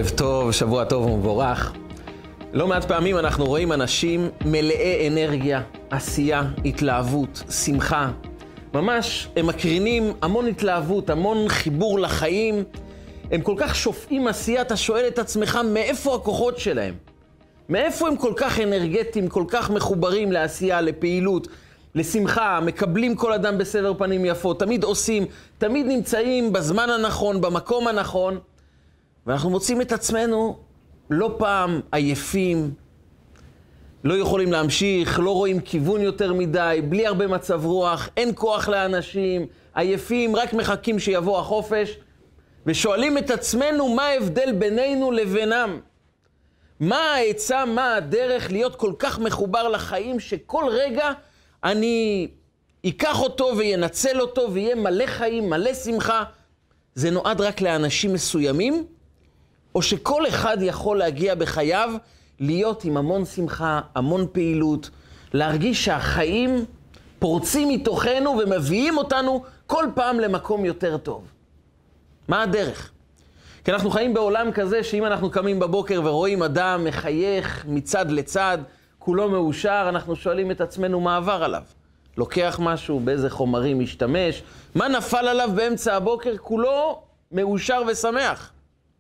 ערב טוב, שבוע טוב ומבורך. לא מעט פעמים אנחנו רואים אנשים מלאי אנרגיה, עשייה, התלהבות, שמחה. ממש הם מקרינים המון התלהבות, המון חיבור לחיים. הם כל כך שופעים עשייה, אתה שואל את עצמך מאיפה הכוחות שלהם? מאיפה הם כל כך אנרגטיים, כל כך מחוברים לעשייה, לפעילות, לשמחה, מקבלים כל אדם בסבר פנים יפות, תמיד עושים, תמיד נמצאים בזמן הנכון, במקום הנכון, ואנחנו מוצאים את עצמנו לא פעם עייפים, לא יכולים להמשיך, לא רואים כיוון יותר מדי, בלי הרבה מצב רוח, אין כוח לאנשים, עייפים, רק מחכים שיבוא החופש, ושואלים את עצמנו מה ההבדל בינינו לבינם. מה העצה, מה הדרך להיות כל כך מחובר לחיים, שכל רגע אני אקח אותו וינצל אותו ויהיה מלא חיים, מלא שמחה. זה נועד רק לאנשים מסוימים, או שכל אחד יכול להגיע בחייו להיות עם המון שמחה, המון פעילות, להרגיש שהחיים פורצים מתוכנו ומביאים אותנו כל פעם למקום יותר טוב. מה הדרך? כי אנחנו חיים בעולם כזה שאם אנחנו קמים בבוקר ורואים אדם מחייך מצד לצד, כולו מאושר, אנחנו שואלים את עצמנו מה עבר עליו. לוקח משהו, באיזה חומרים משתמש, מה נפל עליו באמצע הבוקר, כולו מאושר ושמח.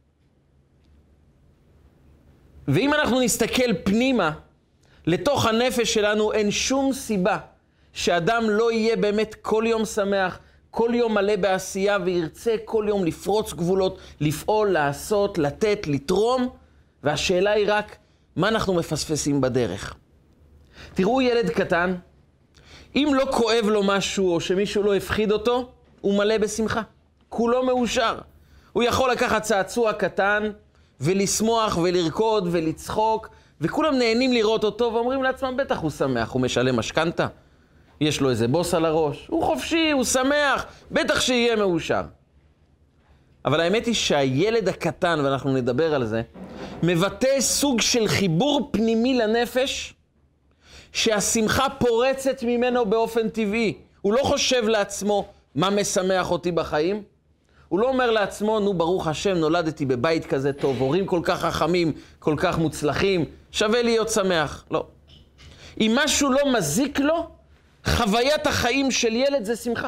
ואם אנחנו נסתכל פנימה, לתוך הנפש שלנו, אין שום סיבה שאדם לא יהיה באמת כל יום שמח, כל יום מלא בעשייה, וירצה כל יום לפרוץ גבולות, לפעול, לעשות, לתת, לתרום, והשאלה היא רק, מה אנחנו מפספסים בדרך? תראו ילד קטן, אם לא כואב לו משהו, או שמישהו לא הפחיד אותו, הוא מלא בשמחה. כולו מאושר. הוא יכול לקחת צעצוע קטן, ולשמוח ולרקוד ולצחוק, וכולם נהנים לראות אותו, ואומרים לעצמם, בטח הוא שמח, הוא משלם משכנתה, יש לו איזה בוס על הראש, הוא חופשי, הוא שמח, בטח שיהיה מאושר. אבל האמת היא שהילד הקטן, ואנחנו נדבר על זה, מבטא סוג של חיבור פנימי לנפש, שהשמחה פורצת ממנו באופן טבעי. הוא לא חושב לעצמו מה משמח אותי בחיים, הוא לא אומר לעצמו, נו ברוך השם, נולדתי בבית כזה טוב, הורים כל כך חכמים, כל כך מוצלחים, שווה להיות שמח. לא. אם משהו לא מזיק לו, חוויית החיים של ילד זה שמחה.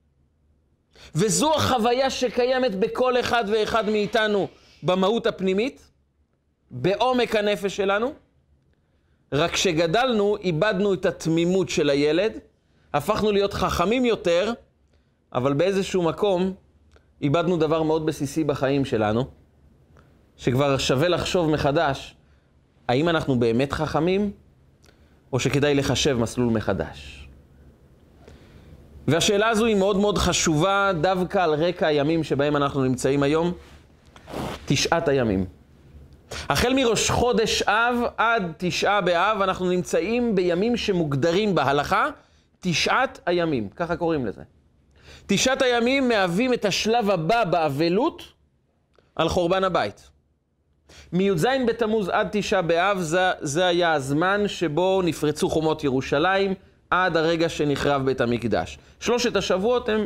וזו החוויה שקיימת בכל אחד ואחד מאיתנו במהות הפנימית, בעומק הנפש שלנו. רק כשגדלנו, איבדנו את התמימות של הילד, הפכנו להיות חכמים יותר, אבל באיזשהו מקום איבדנו דבר מאוד בסיסי בחיים שלנו, שכבר שווה לחשוב מחדש, האם אנחנו באמת חכמים, או שכדאי לחשב מסלול מחדש. והשאלה הזו היא מאוד מאוד חשובה, דווקא על רקע הימים שבהם אנחנו נמצאים היום, 9 הימים. החל מראש חודש אב עד 9 באב, אנחנו נמצאים בימים שמוגדרים בהלכה, 9 הימים, ככה קוראים לזה. 9 הימים מהווים את השלב הבא באבלות על חורבן הבית. מי"ז בתמוז עד 9 באב, זה היה הזמן שבו נפרצו חומות ירושלים, עד הרגע שנחרב בית המקדש. 3 השבועות הם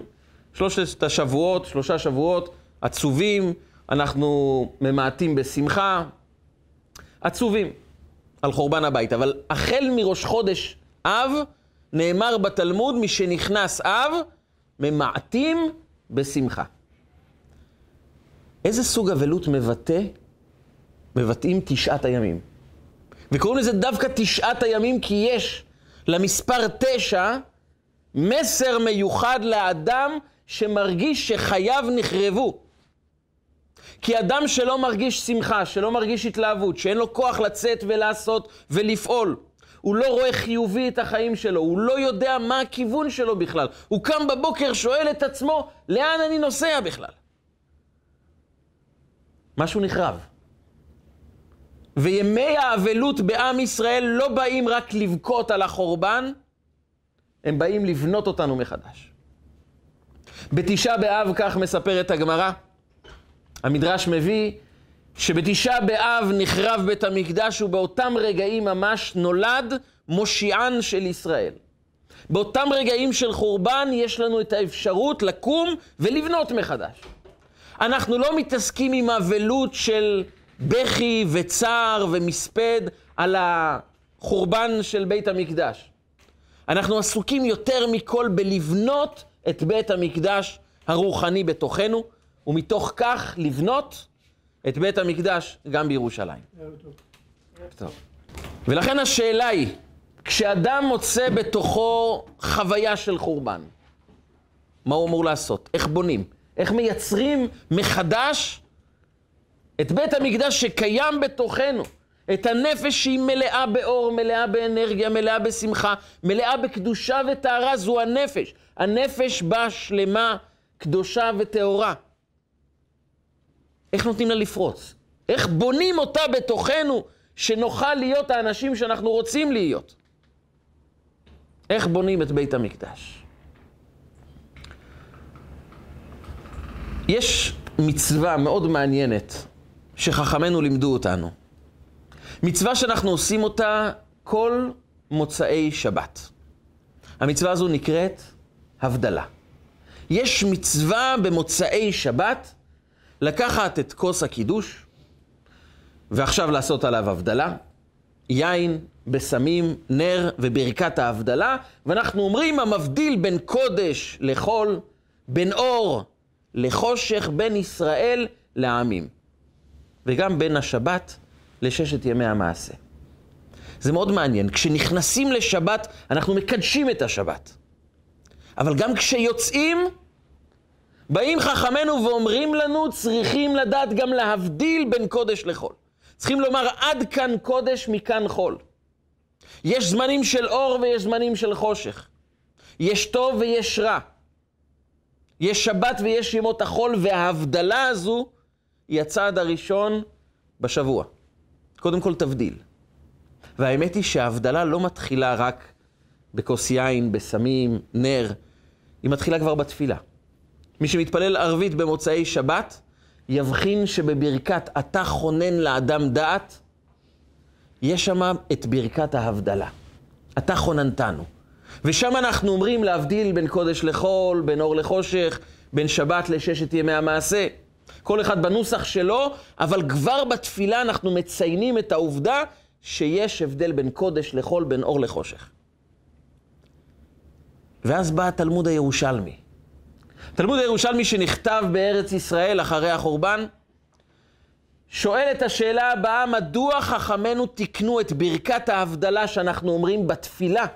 3 שבועות עצובים, אנחנו ממעטים בשמחה, עצובים על חורבן הבית. אבל החל מראש חודש אב, נאמר בתלמוד, משנכנס אב, ממעטים בשמחה. איזה סוג אבלות מבטאים 9 הימים? וקוראים לזה דווקא 9 הימים, כי יש למספר 9 מסר מיוחד לאדם שמרגיש שחייו נחרבו. כי אדם שלא מרגיש שמחה, שלא מרגיש התלהבות, שאין לו כוח לצאת ולעשות ולפעול, הוא לא רואה חיובי את החיים שלו, הוא לא יודע מה הכיוון שלו בכלל. הוא קם בבוקר, שואל את עצמו, לאן אני נוסע בכלל? משהו נחרב. וימי האבלות בעם ישראל לא באים רק לבכות על החורבן, הם באים לבנות אותנו מחדש. ב9 באב, כך מספרת הגמרא, המדרש מביא, שב9 באב נחרב בית המקדש, ובאותם רגעים ממש נולד מושיען של ישראל. באותם רגעים של חורבן יש לנו את האפשרות לקום ולבנות מחדש. אנחנו לא מתעסקים עם אבלות של בכי וצער ומספד על החורבן של בית המקדש. אנחנו עסוקים יותר מכל בלבנות את בית המקדש הרוחני בתוכנו, ומתוך כך לבנות את בית המקדש גם בירושלים. טוב. ולכן השאלה היא, כשאדם מוצא בתוכו חוויה של חורבן, מה הוא אמור לעשות? איך בונים? איך מייצרים מחדש את בית המקדש שקיים בתוכנו? את הנפש שהיא מלאה באור, מלאה באנרגיה, מלאה בשמחה, מלאה בקדושה וטהרה, זו הנפש. הנפש בה שלמה, קדושה וטהורה. איך נותנים לה לפרוץ? איך בונים אותה בתוכנו שנוכל להיות האנשים שאנחנו רוצים להיות? איך בונים את בית המקדש? יש מצווה מאוד מעניינת שחכמינו לימדו אותנו. מצווה שאנחנו עושים אותה כל מוצאי שבת. המצווה הזו נקראת הבדלה. יש מצווה במוצאי שבת לקחת את כוס הקידוש ועכשיו לעשות עליו הבדלה, יין, בסמים, נר וברכת ההבדלה, ואנחנו אומרים המבדיל בין קודש לחול, בין אור לחושך, בין ישראל לעמים, וגם בין השבת לששת ימי המעשה. זה מאוד מעניין. כשנכנסים לשבת, אנחנו מקדשים את השבת. אבל גם כשיוצאים, באים חכמינו ואומרים לנו, צריכים לדעת גם להבדיל בין קודש לחול. צריכים לומר, עד כאן קודש, מכאן חול. יש זמנים של אור ויש זמנים של חושך. יש טוב ויש רע. יש שבת ויש ימות החול, וההבדלה הזו היא הצעד הראשון בשבוע. קודם כל תבדיל. והאמת היא שההבדלה לא מתחילה רק בכוס יין, בסמים, נר. היא מתחילה כבר בתפילה. מי שמתפלל ערבית במוצאי שבת, יבחין שבברכת אתה חונן לאדם דעת, יש שם את ברכת ההבדלה. אתה חוננתנו. ושם אנחנו אומרים להבדיל בין קודש לחול, בין אור לחושך, בין שבת לששת ימי המעשה. כל אחד בנוסח שלו, אבל כבר בתפילה אנחנו מציינים את העובדה שיש הבדל בין קודש לחול, בין אור לחושך. ואז בא התלמוד הירושלמי. תלמוד הירושלמי שנכתב בארץ ישראל אחרי החורבן, שואל את השאלה הבאה, מדוע חכמינו תיקנו את ברכת ההבדלה שאנחנו אומרים בתפילה?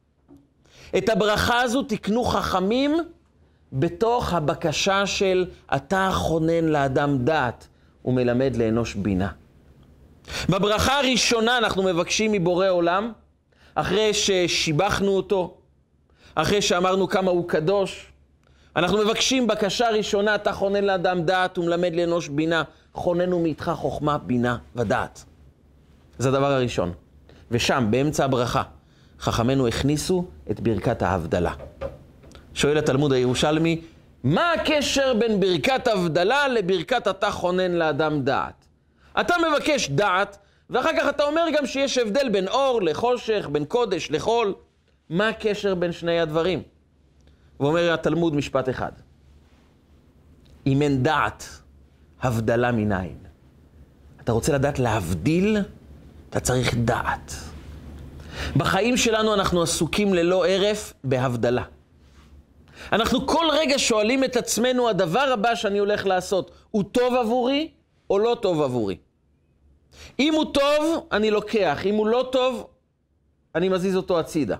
את הברכה הזו תיקנו חכמים בתוך הבקשה של אתה חונן לאדם דעת ומלמד לאנוש בינה. בברכה הראשונה אנחנו מבקשים מבורא עולם, אחרי ששיבחנו אותו, אחרי שאמרנו כמה הוא קדוש, אנחנו מבקשים בקשה ראשונה, אתה חונן לאדם דעת ומלמד לאנוש בינה, חוננו מאיתך חוכמה, בינה ודעת. זה הדבר הראשון. ושם, באמצע הברכה, חכמינו הכניסו את ברכת ההבדלה. שואל התלמוד הירושלמי, מה הקשר בין ברכת הבדלה לברכת אתה חונן לאדם דעת? אתה מבקש דעת, ואחר כך אתה אומר גם שיש הבדל בין אור לחושך, בין קודש לחול. מה הקשר בין שני הדברים? ואומר התלמוד משפט אחד. אם אין דעת, הבדלה מניין. אתה רוצה לדעת להבדיל, אתה צריך דעת. בחיים שלנו אנחנו עסוקים ללא ערף בהבדלה. אנחנו כל רגע שואלים את עצמנו, הדבר הבא שאני הולך לעשות, הוא טוב עבורי או לא טוב עבורי? אם הוא טוב, אני לוקח. אם הוא לא טוב, אני מזיז אותו הצידה.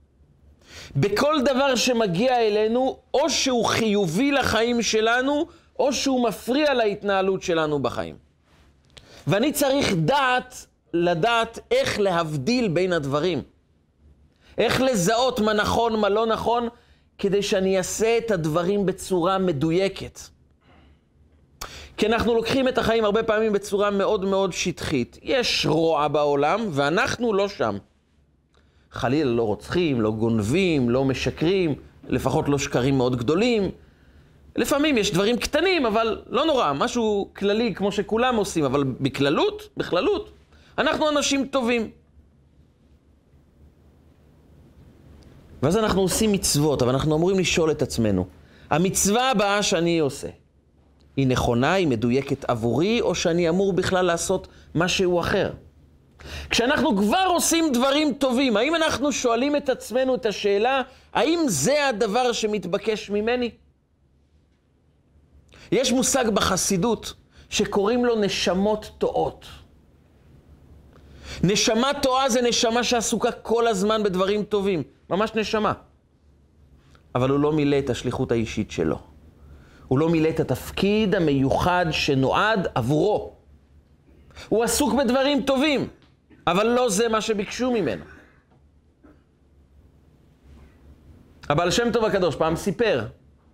בכל דבר שמגיע אלינו, או שהוא חיובי לחיים שלנו, או שהוא מפריע להתנהלות שלנו בחיים. ואני צריך לדעת איך להבדיל בין הדברים. איך לזהות מה נכון, מה לא נכון, כדי שאני אעשה את הדברים בצורה מדויקת. כי אנחנו לוקחים את החיים הרבה פעמים בצורה מאוד מאוד שטחית. יש רוע בעולם, ואנחנו לא שם. חלילה לא רוצחים, לא גונבים, לא משקרים, לפחות לא שקרים מאוד גדולים. לפעמים יש דברים קטנים, אבל לא נורא, משהו כללי כמו שכולם עושים, אבל בכללות, אנחנו אנשים טובים. ואז אנחנו עושים מצוות, אבל אנחנו אמורים לשאול את עצמנו, המצווה הבאה שאני עושה, היא נכונה, היא מדויקת עבורי, או שאני אמור בכלל לעשות משהו אחר. כשאנחנו כבר עושים דברים טובים, האם אנחנו שואלים את עצמנו את השאלה, האם זה הדבר שמתבקש ממני? יש מושג בחסידות שקוראים לו נשמות טועות. נשמה טועה זה נשמה שעסוקה כל הזמן בדברים טובים, ממש נשמה. אבל הוא לא מילא את השליחות האישית שלו. הוא לא מילא את התפקיד המיוחד שנועד עבורו. הוא עסוק בדברים טובים, אבל לא זה מה שביקשו ממנו. הבעל שם טוב הקדוש פעם סיפר,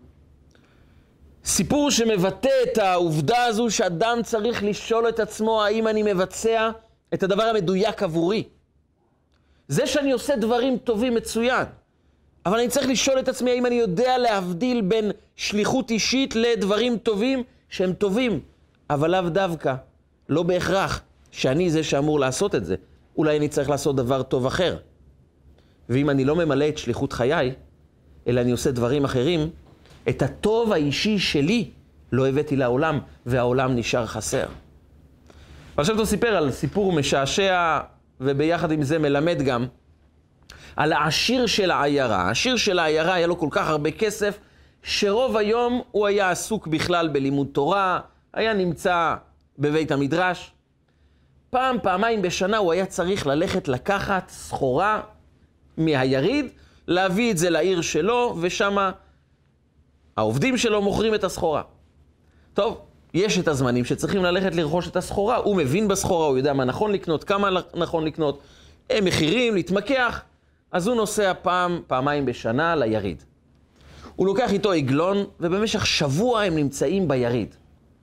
סיפור שמבטא את העובדה הזו שאדם צריך לשאול את עצמו האם אני מבצע את הדבר המדויק עבורי. זה שאני עושה דברים טובים מצוין, אבל אני צריך לשאול את עצמי האם אני יודע להבדיל בין שליחות אישית לדברים טובים שהם טובים, אבל לאו דווקא, לא בהכרח שאני זה שאמור לעשות את זה. אולי אני צריך לעשות דבר טוב אחר. ואם אני לא ממלא את שליחות חיי, אלא אני עושה דברים אחרים, את הטוב האישי שלי לא הבאתי לעולם, והעולם נשאר חסר. ועכשיו אתה סיפר על סיפור משעשע, וביחד עם זה מלמד גם, על העשיר של העיירה. העשיר של העיירה היה לו כל כך הרבה כסף, שרוב היום הוא היה עסוק בכלל בלימוד תורה, היה נמצא בבית המדרש. פעמיים בשנה הוא היה צריך ללכת לקחת סחורה מהיריד, להביא את זה לעיר שלו, ושם העובדים שלו מוכרים את הסחורה. טוב, יש את הזמנים שצריכים ללכת לרכוש את הסחורה, הוא מבין בסחורה, הוא יודע מה נכון לקנות, כמה נכון לקנות, מחירים, להתמקח, אז הוא נוסע פעמיים בשנה ליריד. הוא לוקח איתו עגלון, ובמשך שבוע הם נמצאים ביריד.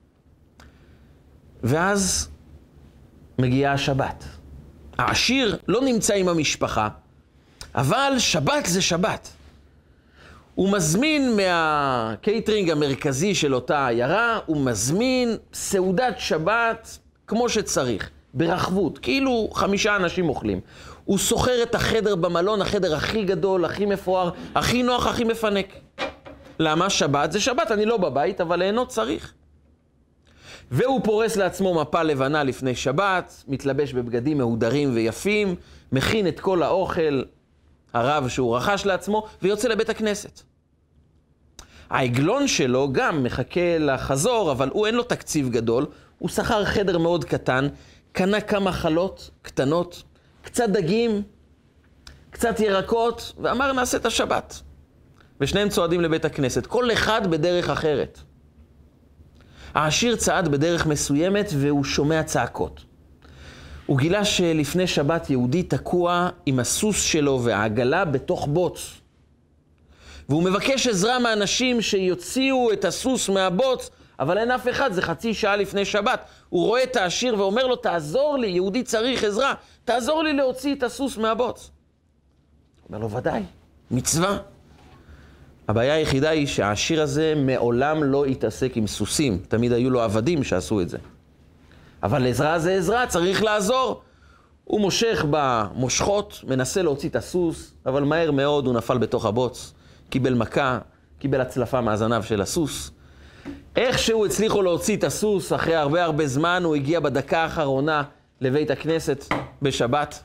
ואז מגיעה השבת. העשיר לא נמצא עם המשפחה, אבל שבת זה שבת. הוא מזמין מהקייטרינג המרכזי של אותה עיירה, הוא מזמין סעודת שבת כמו שצריך, ברחבות, כאילו 5 אנשים אוכלים. הוא סוחר את החדר במלון, החדר הכי גדול, הכי מפואר, הכי נוח, הכי מפנק. למה? שבת זה שבת, אני לא בבית, אבל ליהנות צריך. והוא פורס לעצמו מפה לבנה לפני שבת, מתלבש בבגדים מהודרים ויפים, מכין את כל האוכל הרב שהוא רכש לעצמו, ויוצא לבית הכנסת. העגלון שלו גם מחכה לחזור, אבל הוא אין לו תקציב גדול, הוא שכר חדר מאוד קטן, קנה כמה חלות קטנות, קצת דגים, קצת ירקות, ואמר נעשה את השבת. ושניהם צועדים לבית הכנסת, כל אחד בדרך אחרת. העשיר צעד בדרך מסוימת והוא שומע צעקות. הוא גילה שלפני שבת יהודי תקוע עם הסוס שלו והעגלה בתוך בוץ. והוא מבקש עזרה מאנשים שיוציאו את הסוס מהבוץ, אבל אין אף אחד, זה חצי שעה לפני שבת. הוא רואה את העשיר ואומר לו, תעזור לי, יהודי צריך עזרה, תעזור לי להוציא את הסוס מהבוץ. הוא אומר לו, ודאי, מצווה. הבעיה היחידה היא שהעשיר הזה מעולם לא התעסק עם סוסים, תמיד היו לו עבדים שעשו את זה. אבל עזרה זה עזרה, צריך לעזור. הוא מושך במושכות, מנסה להוציא את הסוס, אבל מהר מאוד הוא נפל בתוך הבוץ, קיבל מכה, קיבל הצלפה מהזנב של הסוס. איכשהו הצליחו להוציא את הסוס, אחרי הרבה זמן הוא הגיע בדקה האחרונה לבית הכנסת בשבת.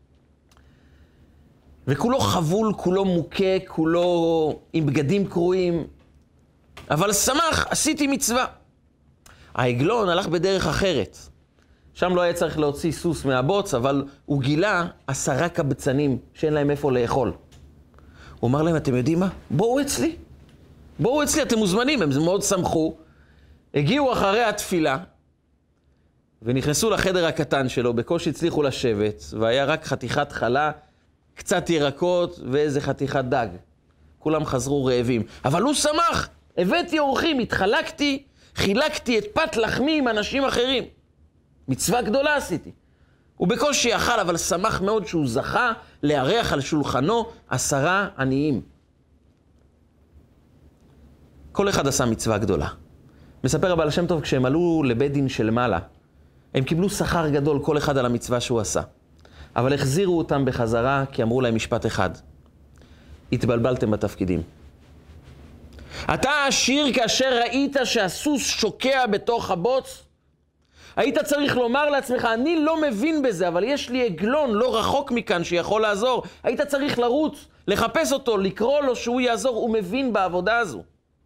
וכולו חבול, כולו מוכה, כולו עם בגדים קרועים, אבל שמח, עשיתי מצווה. העגלון הלך בדרך אחרת. שם לא היה צריך להוציא סוס מהבוץ, אבל הוא גילה 10 קבצנים שאין להם איפה לאכול. הוא אמר להם, אתם יודעים מה? בואו אצלי. בואו אצלי, אתם מוזמנים. הם מאוד שמחו. הגיעו אחרי התפילה, ונכנסו לחדר הקטן שלו, בקושי הצליחו לשבת, והיה רק חתיכת חלה, קצת ירקות ואיזה חתיכת דג. כולם חזרו רעבים. אבל הוא שמח. הבאתי אורחים, התחלקתי, חילקתי את פת לחמי עם אנשים אחרים. מצווה גדולה עשיתי. הוא בקושי אכל, אבל שמח מאוד שהוא זכה לארח על שולחנו 10 עניים. כל אחד עשה מצווה גדולה. מספר הבעל שם טוב, כשהם עלו לבית דין של מעלה, הם קיבלו שכר גדול כל אחד על המצווה שהוא עשה. אבל החזירו אותם בחזרה כי אמרו להם משפט אחד. התבלבלתם בתפקידים. אתה עשיר כאשר ראית שהסוס שוקע בתוך הבוץ? היית צריך לומר לעצמך, אני לא מבין בזה, אבל יש לי עגלון לא רחוק מכאן שיכול לעזור. היית צריך לרוץ, לחפש אותו, לקרוא לו שהוא יעזור, הוא מבין בעבודה הזו.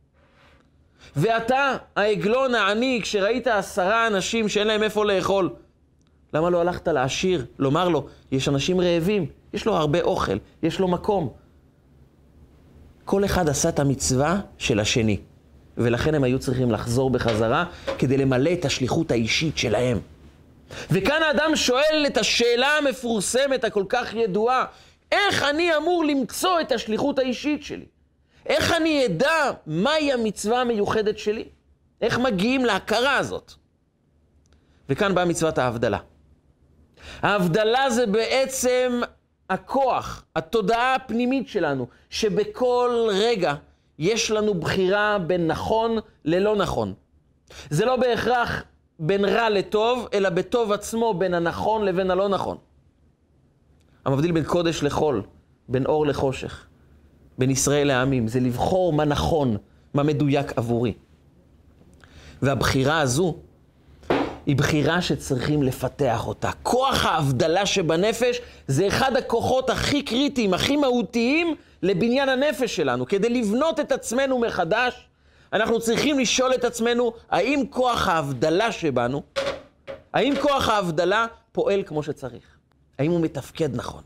ואתה, העגלון העני, כשראית 10 אנשים שאין להם איפה לאכול, למה לא הלכת לעשיר, לומר לו, יש אנשים רעבים, יש לו הרבה אוכל, יש לו מקום. כל אחד עשה את המצווה של השני, ולכן הם היו צריכים לחזור בחזרה כדי למלא את השליחות האישית שלהם. וכאן האדם שואל את השאלה המפורסמת, הכל כך ידועה, איך אני אמור למצוא את השליחות האישית שלי? איך אני אדע מהי המצווה המיוחדת שלי? איך מגיעים להכרה הזאת? וכאן באה מצוות ההבדלה. ההבדלה זה בעצם הכוח, התודעה הפנימית שלנו, שבכל רגע יש לנו בחירה בין נכון ללא נכון. זה לא בהכרח בין רע לטוב, אלא בטוב עצמו בין הנכון לבין הלא נכון. המבדיל בין קודש לחול, בין אור לחושך, בין ישראל לעמים, זה לבחור מה נכון, מה מדויק עבורי. והבחירה הזו היא בחירה שצריכים לפתח אותה. כוח ההבדלה שבנפש זה אחד הכוחות הכי קריטיים, הכי מהותיים לבניין הנפש שלנו. כדי לבנות את עצמנו מחדש, אנחנו צריכים לשאול את עצמנו, האם כוח ההבדלה שבנו, האם כוח ההבדלה פועל כמו שצריך? האם הוא מתפקד נכון?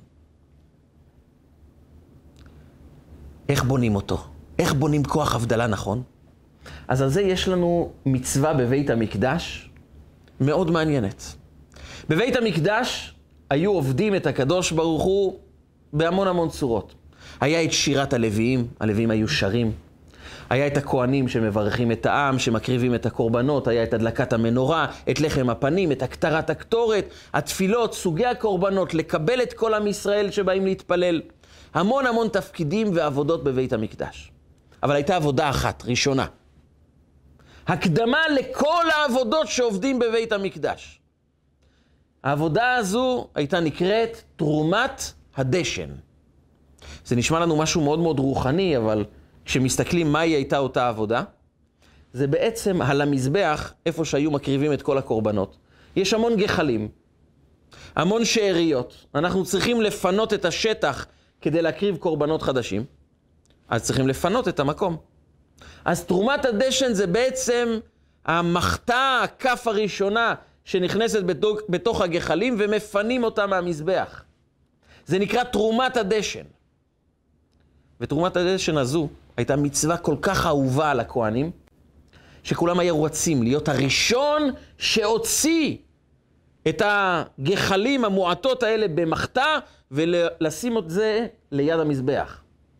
איך בונים אותו? איך בונים כוח הבדלה נכון? אז על זה יש לנו מצווה בבית המקדש מאוד מעניינת. בבית המקדש היו עובדים את הקדוש ברוך הוא בהמון צורות. היה את שירת הלוויים, הלוויים היו שרים. היה את הכהנים שמברכים את העם, שמקריבים את הקורבנות, היה את הדלקת המנורה, את לחם הפנים, את הקטרת הקטורת, התפילות, סוגי הקורבנות, לקבל את כל עם ישראל שבאים להתפלל. המון תפקידים ועבודות בבית המקדש. אבל הייתה עבודה אחת, ראשונה. הקדמה לכל העבודות שעובדים בבית המקדש. העבודה הזו הייתה נקראת תרומת הדשן. זה נשמע לנו משהו מאוד רוחני, אבל כשמסתכלים מהי הייתה אותה עבודה, זה בעצם על המזבח, איפה שהיו מקריבים את כל הקורבנות. יש המון גחלים, המון שאריות. אנחנו צריכים לפנות את השטח כדי להקריב קורבנות חדשים, אז צריכים לפנות את המקום. אז תרומת הדשן זה בעצם המחתה, הכף הראשונה שנכנסת בתוך הגחלים ומפנים אותה מהמזבח. זה נקרא תרומת הדשן. ותרומת הדשן הזו הייתה מצווה כל כך אהובה על הכהנים, שכולם היו רוצים להיות הראשון שהוציא את הגחלים המועטות האלה במחתה ולשים את זה ליד המזבח.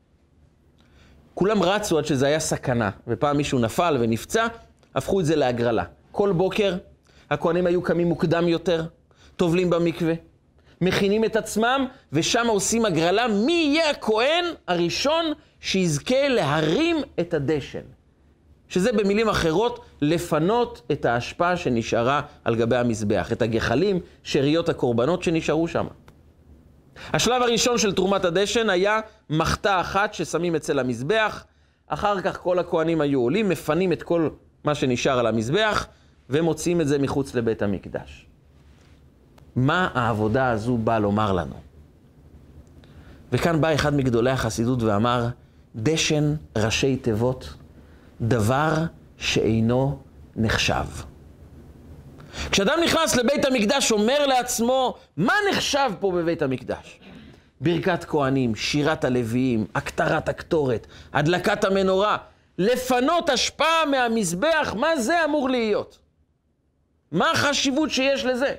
כולם רצו עד שזה היה סכנה, ופעם מישהו נפל ונפצע, הפכו את זה להגרלה. כל בוקר הכהנים היו קמים מוקדם יותר, טובלים במקווה, מכינים את עצמם, ושם עושים הגרלה מי יהיה הכהן הראשון שיזכה להרים את הדשן. שזה במילים אחרות, לפנות את ההשפעה שנשארה על גבי המזבח, את הגחלים, שאריות הקורבנות שנשארו שם. השלב הראשון של תרומת הדשן היה מחתה אחת ששמים אצל המזבח, אחר כך כל הכהנים היו עולים, מפנים את כל מה שנשאר על המזבח, ומוצאים את זה מחוץ לבית המקדש. מה העבודה הזו באה לומר לנו? וכאן בא אחד מגדולי החסידות ואמר, דשן ראשי תיבות, דבר שאינו נחשב. כשאדם נכנס לבית המקדש אומר לעצמו, מה נחשב פה בבית המקדש? ברכת כהנים, שירת הלוויים, הקטרת הקטורת, הדלקת המנורה, לפנות השפעה מהמזבח, מה זה אמור להיות? מה החשיבות שיש לזה?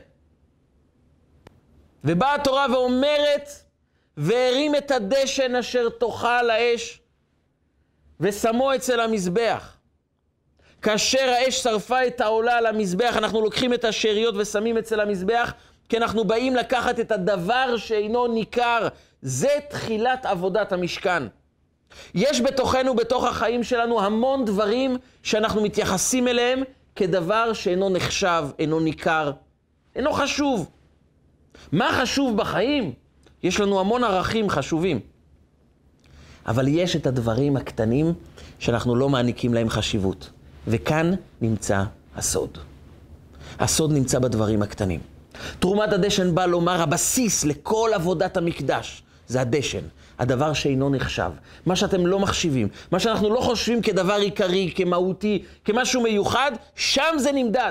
ובאה התורה ואומרת, והרים את הדשן אשר תאכל האש, ושמו אצל המזבח. כאשר האש שרפה את העולה על המזבח, אנחנו לוקחים את השאריות ושמים אצל המזבח, כי אנחנו באים לקחת את הדבר שאינו ניכר. זה תחילת עבודת המשכן. יש בתוכנו, בתוך החיים שלנו, המון דברים שאנחנו מתייחסים אליהם כדבר שאינו נחשב, אינו ניכר, אינו חשוב. מה חשוב בחיים? יש לנו המון ערכים חשובים. אבל יש את הדברים הקטנים שאנחנו לא מעניקים להם חשיבות. וכאן נמצא הסוד. הסוד נמצא בדברים הקטנים. תרומת הדשן בא לומר, הבסיס לכל עבודת המקדש זה הדשן, הדבר שאינו נחשב. מה שאתם לא מחשיבים, מה שאנחנו לא חושבים כדבר עיקרי, כמהותי, כמשהו מיוחד, שם זה נמדד.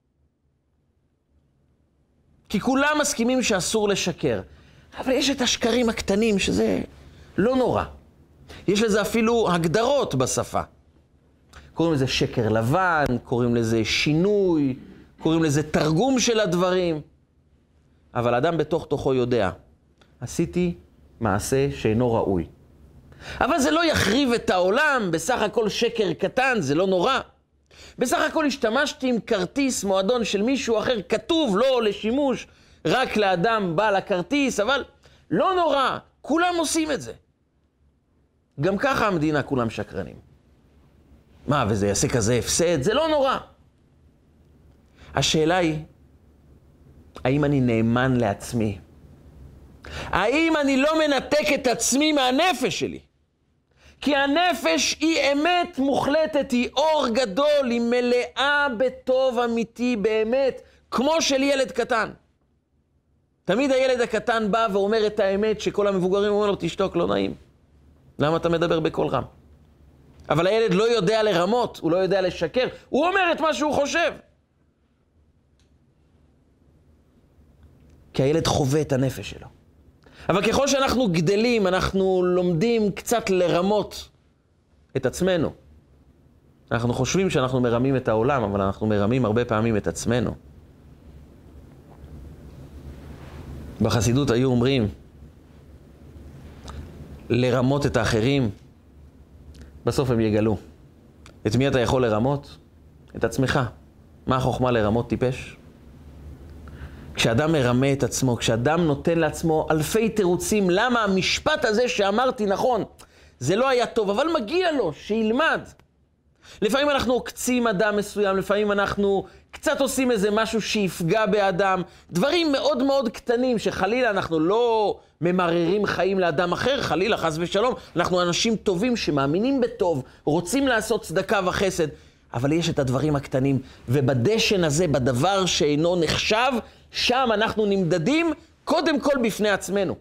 כי כולם מסכימים שאסור לשקר. אבל יש את השקרים הקטנים שזה לא נורא. יש לזה אפילו הגדרות בשפה. קוראים לזה שקר לבן, קוראים לזה שינוי, קוראים לזה תרגום של הדברים. אבל אדם בתוך תוכו יודע, עשיתי מעשה שאינו ראוי. אבל זה לא יחריב את העולם, בסך הכל שקר קטן, זה לא נורא. בסך הכל השתמשתי עם כרטיס מועדון של מישהו אחר, כתוב לא לשימוש, רק לאדם בעל הכרטיס, אבל לא נורא, כולם עושים את זה. גם ככה המדינה כולם שקרנים. מה, וזה יעשה כזה הפסד? זה לא נורא. השאלה היא, האם אני נאמן לעצמי? האם אני לא מנתק את עצמי מהנפש שלי? כי הנפש היא אמת מוחלטת, היא אור גדול, היא מלאה בטוב אמיתי באמת, כמו של ילד קטן. תמיד הילד הקטן בא ואומר את האמת שכל המבוגרים אומרים לו, תשתוק, לא נעים. למה אתה מדבר בקול רם? אבל הילד לא יודע לרמות, הוא לא יודע לשקר, הוא אומר את מה שהוא חושב. כי הילד חווה את הנפש שלו. אבל ככל שאנחנו גדלים, אנחנו לומדים קצת לרמות את עצמנו. אנחנו חושבים שאנחנו מרמים את העולם, אבל אנחנו מרמים הרבה פעמים את עצמנו. בחסידות היו אומרים, לרמות את האחרים, בסוף הם יגלו. את מי אתה יכול לרמות? את עצמך. מה החוכמה לרמות טיפש? כשאדם מרמה את עצמו, כשאדם נותן לעצמו אלפי תירוצים, למה המשפט הזה שאמרתי נכון, זה לא היה טוב, אבל מגיע לו, שילמד. לפעמים אנחנו עוקצים אדם מסוים, לפעמים אנחנו קצת עושים איזה משהו שיפגע באדם, דברים מאוד מאוד קטנים שחלילה אנחנו לא ממררים חיים לאדם אחר, חלילה, חס ושלום, אנחנו אנשים טובים שמאמינים בטוב, רוצים לעשות צדקה וחסד, אבל יש את הדברים הקטנים, ובדשן הזה, בדבר שאינו נחשב, שם אנחנו נמדדים קודם כל בפני עצמנו.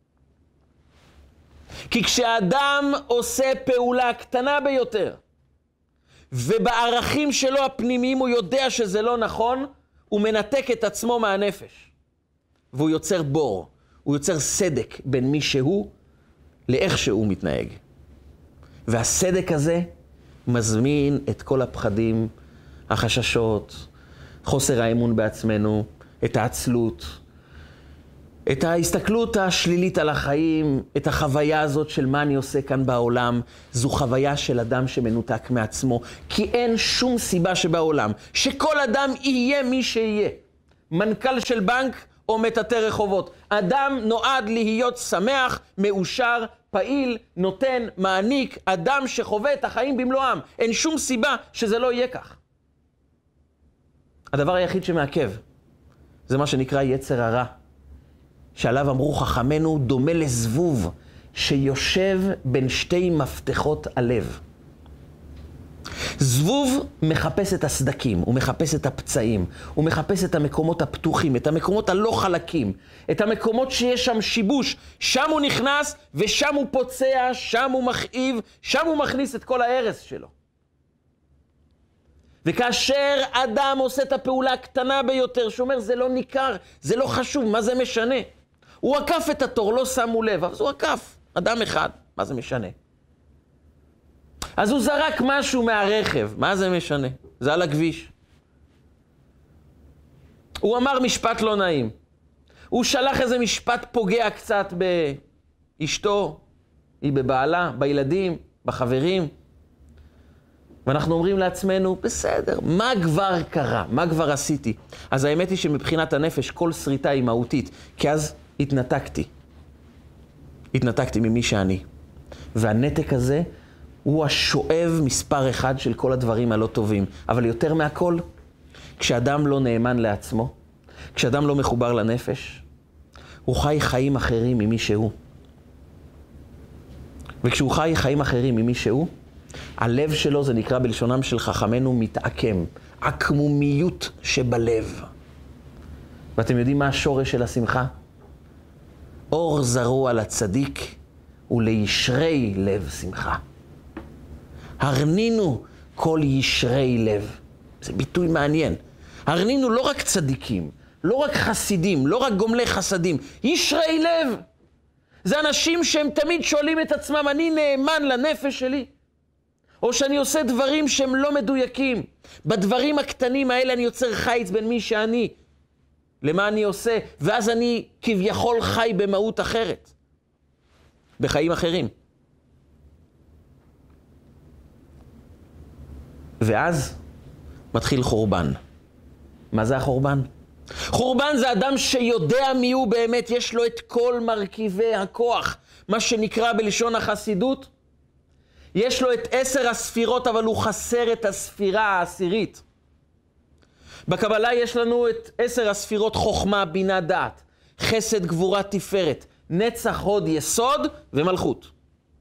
כי כשאדם עושה פעולה קטנה ביותר, ובערכים שלו הפנימיים הוא יודע שזה לא נכון, הוא מנתק את עצמו מהנפש. והוא יוצר בור, הוא יוצר סדק בין מי שהוא לאיך שהוא מתנהג. והסדק הזה מזמין את כל הפחדים, החששות, חוסר האמון בעצמנו, את העצלות, את ההסתכלות השלילית על החיים, את החוויה הזאת של מה אני עושה כאן בעולם, זו חוויה של אדם שמנותק מעצמו, כי אין שום סיבה שבעולם שכל אדם יהיה מי שיהיה. מנכ"ל של בנק או מטאטא רחובות. אדם נועד להיות שמח, מאושר, פעיל, נותן, מעניק, אדם שחווה את החיים במלואם. אין שום סיבה שזה לא יהיה כך. הדבר היחיד שמעכב זה מה שנקרא יצר הרע, שעליו אמרו חכמנו, דומה לזבוב שיושב בין שתי מפתחות הלב. זבוב מחפש את הסדקים, הוא מחפש את הפצעים, הוא מחפש את המקומות הפתוחים, את המקומות הלא חלקים, את המקומות שיש שם שיבוש, שם הוא נכנס ושם הוא פוצע, שם הוא מכאיב, שם הוא מכניס את כל ההרס שלו. וכאשר אדם עושה את הפעולה הקטנה ביותר, שאומר זה לא ניכר, זה לא חשוב, מה זה משנה? הוא עקף את התור, לא שמו לב, אבל הוא עקף, אדם אחד, מה זה משנה? אז הוא זרק משהו מהרכב, מה זה משנה? זה על הכביש. הוא אמר משפט לא נעים. הוא שלח איזה משפט פוגע קצת באשתו, היא בבעלה, בילדים, בחברים. ואנחנו אומרים לעצמנו, בסדר, מה כבר קרה? מה כבר עשיתי? אז האמת היא שמבחינת הנפש כל שריטה היא מהותית, כי אז התנתקתי ממי שאני. והנתק הזה הוא השואב מספר אחד של כל הדברים הלא טובים. אבל יותר מהכל, כשאדם לא נאמן לעצמו, כשאדם לא מחובר לנפש, הוא חי חיים אחרים ממי שהוא. וכשהוא חי חיים אחרים ממי שהוא, הלב שלו, זה נקרא בלשונם של חכמינו, מתעקם. עקמומיות שבלב. ואתם יודעים מה השורש של השמחה? אור זרוע לצדיק ולישרי לב שמחה. הרנינו כל ישרי לב. זה ביטוי מעניין. הרנינו לא רק צדיקים, לא רק חסידים, לא רק גומלי חסדים, ישרי לב. זה אנשים שהם תמיד שואלים את עצמם, אני נאמן לנפש שלי? או שאני עושה דברים שהם לא מדויקים. בדברים הקטנים האלה אני יוצר חיץ בין מי שאני, למה אני עושה, ואז אני כביכול חי במהות אחרת. בחיים אחרים. ואז מתחיל חורבן. מה זה החורבן? חורבן זה אדם שיודע מי הוא באמת, יש לו את כל מרכיבי הכוח, מה שנקרא בלשון החסידות, יש לו את 10 הספירות, אבל הוא חסר את הספירה העשירית. בקבלה יש לנו את 10 הספירות חוכמה, בינה, דעת, חסד, גבורה, תפארת, נצח, הוד, יסוד ומלכות.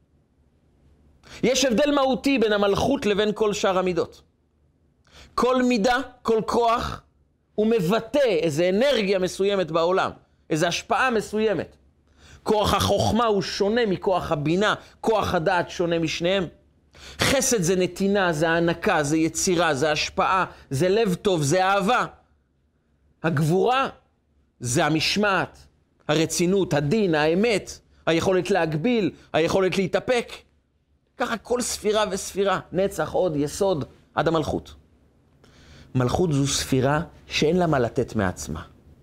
יש הבדל מהותי בין המלכות לבין כל שאר המידות. כל מידה, כל כוח, הוא מבטא איזו אנרגיה מסוימת בעולם, איזו השפעה מסוימת. כוח החוכמה הוא שונה מכוח הבינה, כוח הדעת שונה משניהם. חסד זה נתינה, זה הענקה, זה יצירה, זה השפעה, זה לב טוב, זה אהבה. הגבורה זה המשמעת, הרצינות, הדין, האמת, היכולת להגביל, היכולת להתאפק. ככה כל ספירה וספירה, נצח, עוד, יסוד, עד המלכות. מלכות זו ספירה שאין לה מה לתת מעצמה.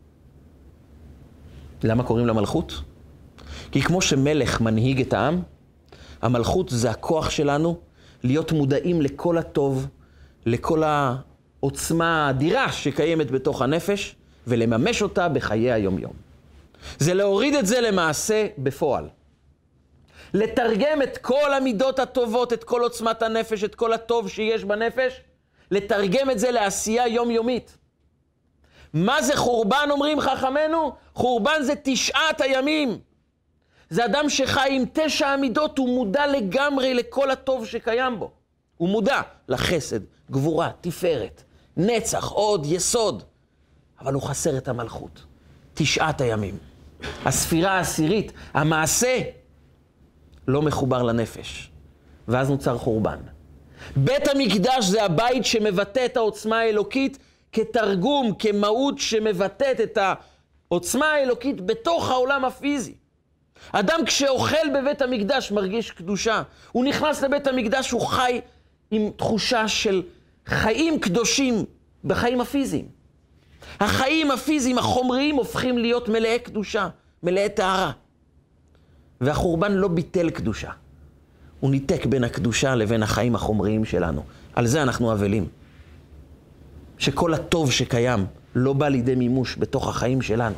למה קוראים לה מלכות? כי כמו שמלך מנהיג את העם, המלכות זה הכוח שלנו להיות מודעים לכל הטוב, לכל העוצמה האדירה שקיימת בתוך הנפש, ולממש אותה בחיי היום-יום. זה להוריד את זה למעשה בפועל. לתרגם את כל המידות הטובות, את כל עוצמת הנפש, את כל הטוב שיש בנפש, לתרגם את זה לעשייה יומיומית. מה זה חורבן, אומרים חכמינו? חורבן זה 9 הימים. זה אדם שחי עם 9 המידות, הוא מודע לגמרי לכל הטוב שקיים בו. הוא מודע לחסד, גבורה, תפארת, נצח, עוד, יסוד. אבל הוא חסר את המלכות. 9 הימים. הספירה העשירית, המעשה, לא מחובר לנפש. ואז נוצר חורבן. בית המקדש זה הבית שמבטא את העוצמה האלוקית כתרגום, כמהות שמבטאת את העוצמה האלוקית בתוך העולם הפיזי. אדם כשאוכל בבית המקדש מרגיש קדושה. הוא נכנס לבית המקדש, הוא חי עם תחושה של חיים קדושים בחיים הפיזיים. החיים הפיזיים, החומריים, הופכים להיות מלאי קדושה, מלאי טהרה. והחורבן לא ביטל קדושה. הוא ניתק בין הקדושה לבין החיים החומריים שלנו. על זה אנחנו אבלים. שכל הטוב שקיים לא בא לידי מימוש בתוך החיים שלנו.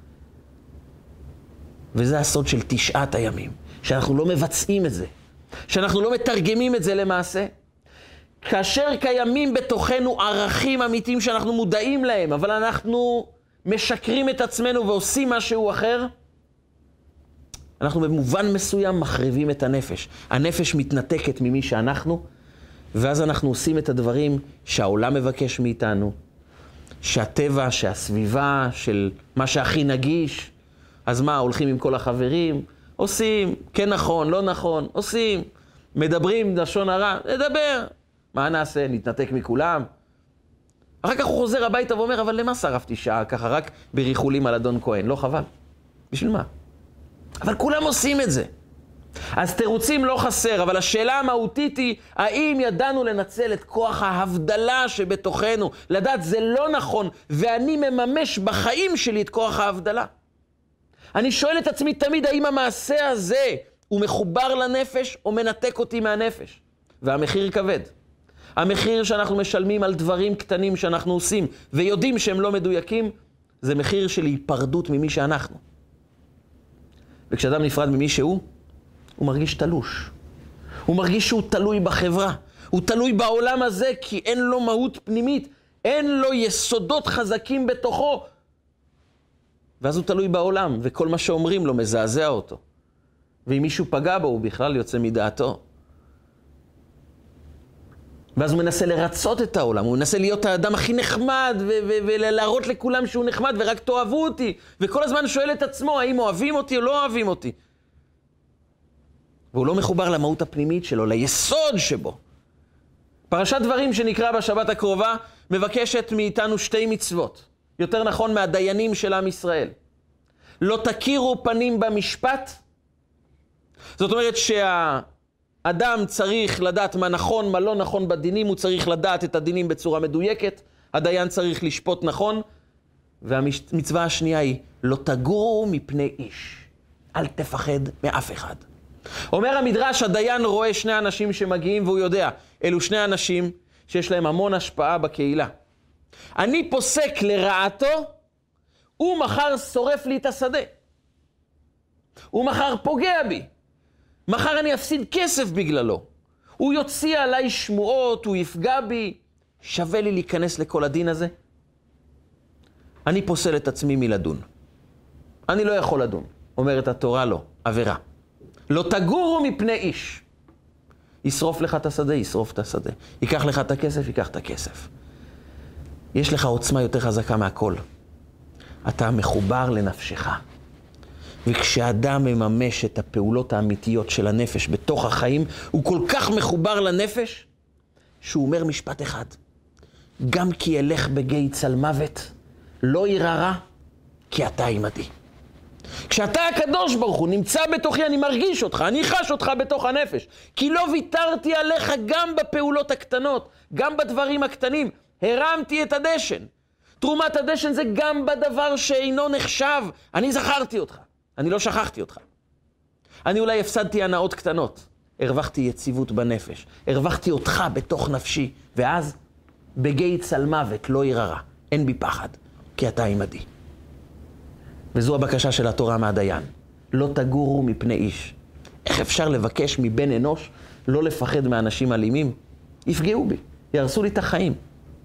וזה הסוד של 9 הימים. שאנחנו לא מבצעים את זה. שאנחנו לא מתרגמים את זה למעשה. כאשר קיימים בתוכנו ערכים אמיתיים שאנחנו מודעים להם, אבל אנחנו משקרים את עצמנו ועושים משהו אחר, אנחנו במובן מסוים מחריבים את הנפש. הנפש מתנתקת ממי שאנחנו, ואז אנחנו עושים את הדברים שהעולם מבקש מאיתנו, שהטבע, שהסביבה, של מה שהכי נגיש. אז מה, הולכים עם כל החברים? עושים, כן נכון, לא נכון, עושים. מדברים, לשון הרע, נדבר. מה נעשה? נתנתק מכולם? אחר כך הוא חוזר הביתה ואומר, אבל למה שרפתי שעה ככה רק בריחולים על אדון כהן? לא חבל. בשביל מה? אבל כולם עושים את זה. אז תירוצים לא חסר, אבל השאלה המהותית היא, האם ידענו לנצל את כוח ההבדלה שבתוכנו? לדעת זה לא נכון, ואני מממש בחיים שלי את כוח ההבדלה. אני שואל את עצמי תמיד, האם המעשה הזה הוא מחובר לנפש או מנתק אותי מהנפש? והמחיר כבד. המחיר שאנחנו משלמים על דברים קטנים שאנחנו עושים ויודעים שהם לא מדויקים, זה מחיר של היפרדות ממי שאנחנו. וכשאדם נפרד ממי שהוא, הוא מרגיש תלוש. הוא מרגיש שהוא תלוי בחברה. הוא תלוי בעולם הזה כי אין לו מהות פנימית. אין לו יסודות חזקים בתוכו. ואז הוא תלוי בעולם, וכל מה שאומרים לו מזעזע אותו. ואם מישהו פגע בו, הוא בכלל יוצא מדעתו. ואז הוא מנסה לרצות את העולם, הוא מנסה להיות האדם הכי נחמד, ולהראות לכולם שהוא נחמד, ורק תאהבו אותי, וכל הזמן שואל את עצמו, האם אוהבים אותי או לא אוהבים אותי. והוא לא מחובר למהות הפנימית שלו, ליסוד שבו. פרשת דברים שנקרא בשבת הקרובה, מבקשת מאיתנו 2 מצוות. יותר נכון מהדיינים של עם ישראל. לא תכירו פנים במשפט. זאת אומרת שהאדם צריך לדעת מה נכון, מה לא נכון בדינים, הוא צריך לדעת את הדינים בצורה מדויקת, הדיין צריך לשפוט נכון, והמצווה השנייה היא, לא תגורו מפני איש. אל תפחד מאף אחד. אומר המדרש, הדיין רואה 2 אנשים שמגיעים והוא יודע, אלו 2 אנשים שיש להם המון השפעה בקהילה. אני פוסק לרעתו, הוא מחר שורף לי את השדה. הוא מחר פוגע בי. מחר אני אפסיד כסף בגללו. הוא יוציא עליי שמועות, הוא יפגע בי. שווה לי להיכנס לכל הדין הזה? אני פוסל את עצמי מלדון. אני לא יכול לדון. אומרת התורה לא, עבירה. לא תגורו מפני איש. ישרוף לך את השדה, ישרוף את השדה. ייקח לך את הכסף, ייקח את הכסף. יש לך עוצמה יותר חזקה מהכל. אתה מחובר לנפשך. וכשאדם מממש את הפעולות האמיתיות של הנפש בתוך החיים, הוא כל כך מחובר לנפש, שהוא אומר משפט אחד. גם כי אלך בגיא צל מוות, לא ירא רע, כי אתה עמדי. כשאתה הקדוש ברוך הוא נמצא בתוכי, אני מרגיש אותך, אני חש אותך בתוך הנפש. כי לא ויתרתי עליך גם בפעולות הקטנות, גם בדברים הקטנים. הרמתי את הדשן. תרומת הדשן זה גם בדבר שאינו נחשב. אני זכרתי אותך, אני לא שכחתי אותך. אני אולי הפסדתי הנאות קטנות. הרווחתי יציבות בנפש. הרווחתי אותך בתוך נפשי. ואז בגיא צל מוות לא ירא רע. אין בי פחד, כי אתה עמדי. וזו הבקשה של התורה מהדיין. לא תגורו מפני איש. איך אפשר לבקש מבן אנוש לא לפחד מאנשים אלימים? יפגעו בי, ירסו לי את החיים.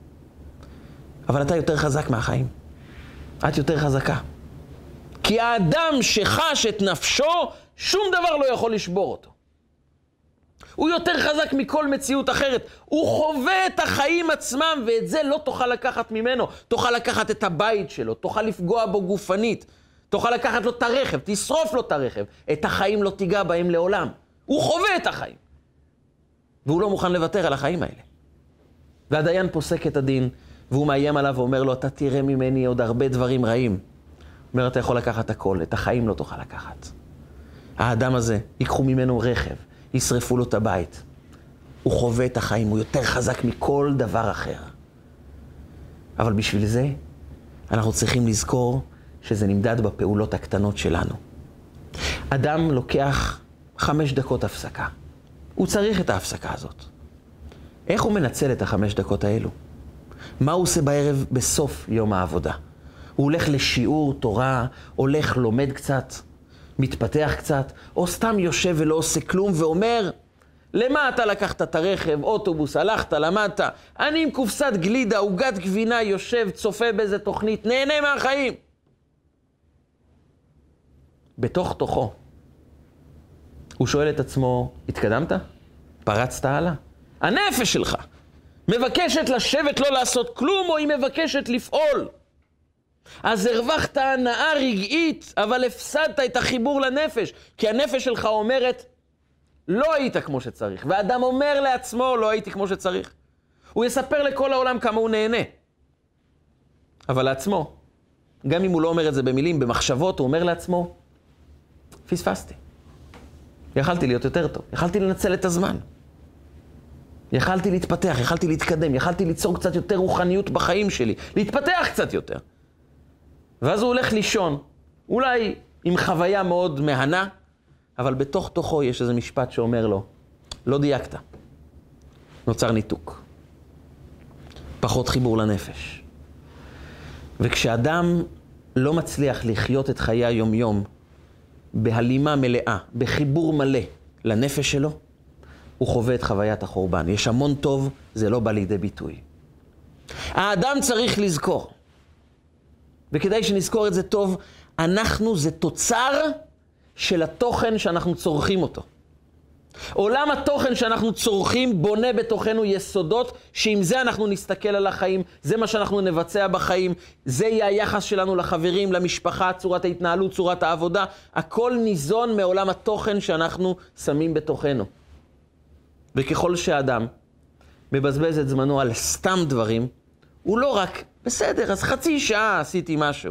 אבל אתה יותר חזק מהחיים. את יותר חזקה. כי האדם שחש את נפשו, שום דבר לא יכול לשבור אותו. הוא יותר חזק מכל מציאות אחרת. הוא חווה את החיים עצמם, ואת זה לא תוכל לקחת ממנו. תוכל לקחת את הבית שלו, תוכל לפגוע בו גופנית, תוכל לקחת לו את הרכב, תשרוף לו את הרכב. את החיים לא תיגע בהם לעולם. הוא חווה את החיים. והוא לא מוכן לוותר על החיים האלה. והדיין פוסק את הדין, והוא מאיים עליו ואומר לו, אתה תראה ממני עוד הרבה דברים רעים. אומר, אתה יכול לקחת הכל, את החיים לא תוכל לקחת. האדם הזה, ייקחו ממנו רכב, ישרפו לו את הבית. הוא חווה את החיים, הוא יותר חזק מכל דבר אחר. אבל בשביל זה, אנחנו צריכים לזכור שזה נמדד בפעולות הקטנות שלנו. אדם לוקח 5 דקות הפסקה. הוא צריך את ההפסקה הזאת. איך הוא מנצל את 5 דקות האלו? מה הוא עושה בערב בסוף יום העבודה? הוא הולך לשיעור תורה, הולך לומד קצת, מתפתח קצת, או סתם יושב ולא עושה כלום ואומר, למה אתה לקחת את הרכב, אוטובוס, הלכת, למדת, אני עם קופסת גלידה, עוגת גבינה, יושב, צופה באיזה תוכנית, נהנה מהחיים. בתוך תוכו. הוא שואל את עצמו, התקדמת? פרצת הלאה? הנפש שלך מבקשת לשבת לא לעשות כלום, או היא מבקשת לפעול. אז הרווחת הנאה רגעית, אבל הפסדת את החיבור לנפש. כי הנפש שלך אומרת, לא היית כמו שצריך. והאדם אומר לעצמו, לא הייתי כמו שצריך. הוא יספר לכל העולם כמה הוא נהנה. אבל לעצמו, גם אם הוא לא אומר את זה במילים, במחשבות, הוא אומר לעצמו, פספסתי. יכלתי להיות יותר טוב. יכלתי לנצל את הזמן. יכלתי להתפתח, יכלתי להתקדם, יכלתי ליצור קצת יותר רוחניות בחיים שלי. להתפתח קצת יותר. ואז הוא הולך לישון, אולי עם חוויה מאוד מהנה, אבל בתוך תוכו יש איזה משפט שאומר לו, לא דייקת. נוצר ניתוק. פחות חיבור לנפש. וכשאדם לא מצליח לחיות את חיי היום-יום, בהלימה מלאה, בחיבור מלא לנפש שלו, הוא חווה את חוויית החורבן. יש המון טוב, זה לא בא לידי ביטוי. האדם צריך לזכור. וכדאי שנזכור את זה טוב, אנחנו זה תוצר של התוכן שאנחנו צורכים אותו. עולם התוכן שאנחנו צורכים בונה בתוכנו יסודות, שעם זה אנחנו נסתכל על החיים, זה מה שאנחנו נבצע בחיים, זה יהיה היחס שלנו לחברים, למשפחה, צורת ההתנהלות, צורת העבודה, הכל ניזון מעולם התוכן שאנחנו שמים בתוכנו. וככל שהאדם מבזבז את זמנו על סתם דברים, הוא לא רק, בסדר, אז חצי שעה עשיתי משהו.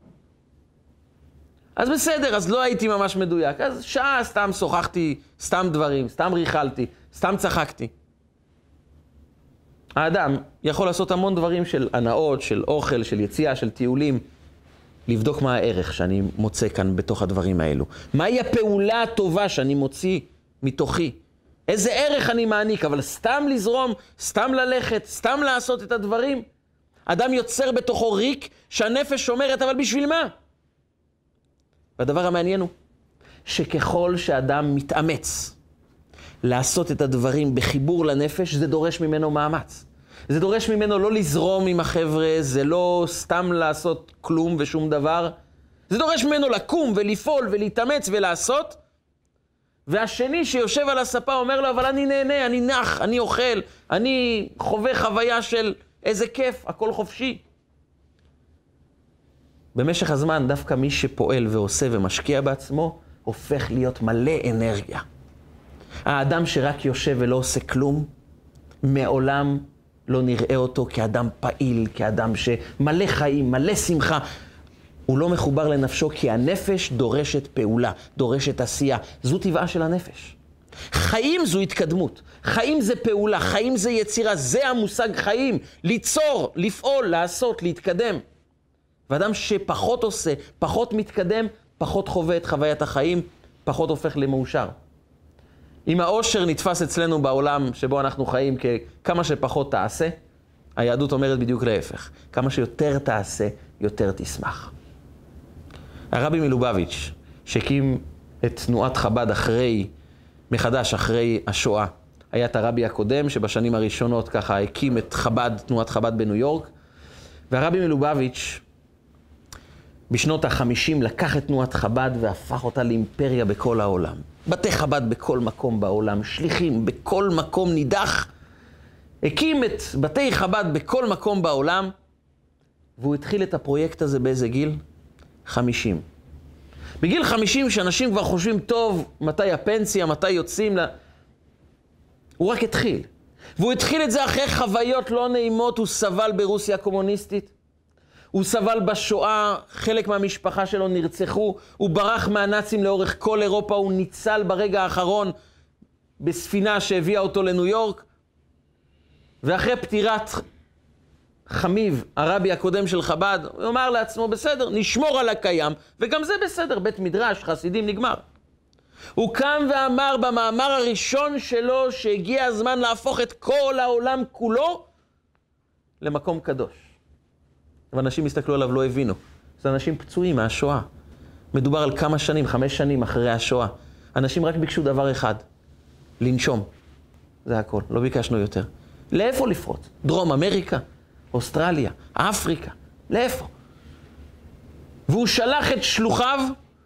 אז בסדר, אז לא הייתי ממש מדויק, אז שעה סתם שוחחתי, סתם דברים, סתם ריחלתי, סתם צחקתי. האדם יכול לעשות המון דברים של הנאות, של אוכל, של יציאה, של טיולים, לבדוק מה הערך שאני מוצא כאן בתוך הדברים האלו. מהי הפעולה הטובה שאני מוציא מתוכי? איזה ערך אני מעניק, אבל סתם לזרום, סתם ללכת, סתם לעשות את הדברים. אדם יוצר בתוכו ריק שהנפש אומרת, אבל בשביל מה? והדבר המעניין הוא שככל שאדם מתאמץ לעשות את הדברים בחיבור לנפש, זה דורש ממנו מאמץ. זה דורש ממנו לא לזרום עם החבר'ה, זה לא סתם לעשות כלום ושום דבר. זה דורש ממנו לקום ולפעול ולהתאמץ ולעשות. והשני שיושב על הספה אומר לו, אבל אני נהנה, אני נח, אני אוכל, אני חווה חוויה של איזה כיף, הכל חופשי. במשך הזמן דווקא מי שפועל ועושה ומשקיע בעצמו, הופך להיות מלא אנרגיה. האדם שרק יושב ולא עושה כלום, מעולם לא נראה אותו כאדם פעיל, כאדם שמלא חיים, מלא שמחה. הוא לא מחובר לנפשו כי הנפש דורשת פעולה, דורשת עשייה. זו טבעה של הנפש. חיים זו התקדמות, חיים זה פעולה, חיים זה יצירה, זה המושג חיים. ליצור, לפעול, לעשות, להתקדם. ואדם שפחות עושה, פחות מתקדם, פחות חווה את חוויית החיים, פחות הופך למאושר. אם האושר נתפס אצלנו בעולם שבו אנחנו חיים כמה שפחות תעשה, היהדות אומרת בדיוק להפך. כמה שיותר תעשה, יותר תשמח. הרבי מלובביץ' שהקים את תנועת חב"ד מחדש אחרי השואה. היה את הרבי הקודם שבשנים הראשונות ככה הקים את חב"ד, תנועת חב"ד בניו יורק. והרבי מלובביץ' בשנות ה-50 לקח את תנועת חב"ד והפך אותה לאימפריה בכל העולם. בתי חב"ד בכל מקום בעולם, שליחים בכל מקום נידח. הקים את בתי חב"ד בכל מקום בעולם, והוא התחיל את הפרויקט הזה באיזה גיל? 50. בגיל 50 שאנשים כבר חושבים טוב, מתי הפנסיה, מתי יוצאים הוא רק התחיל. והוא התחיל את זה אחרי חוויות לא נעימות, הוא סבל ברוסיה הקומוניסטית. הוא סבל בשואה, חלק מהמשפחה שלו נרצחו, הוא ברח מהנאצים לאורך כל אירופה, הוא ניצל ברגע האחרון בספינה שהביאה אותו לניו יורק. ואחרי פטירת חמיב, הרבי הקודם של חב"ד, הוא אמר לעצמו, בסדר, נשמור על הקיים, וגם זה בסדר, בית מדרש, חסידים, נגמר. הוא קם ואמר במאמר הראשון שלו, שהגיע הזמן להפוך את כל העולם כולו למקום קדוש. ואנשים הסתכלו עליו, לא הבינו. זה אנשים פצועים מהשואה. מדובר על כמה שנים, 5 שנים אחרי השואה. אנשים רק ביקשו דבר אחד, לנשום. זה הכל, לא ביקשנו יותר. לאיפה לפרוץ? דרום אמריקה, אוסטרליה, אפריקה, לאיפה? והוא שלח את שלוחיו,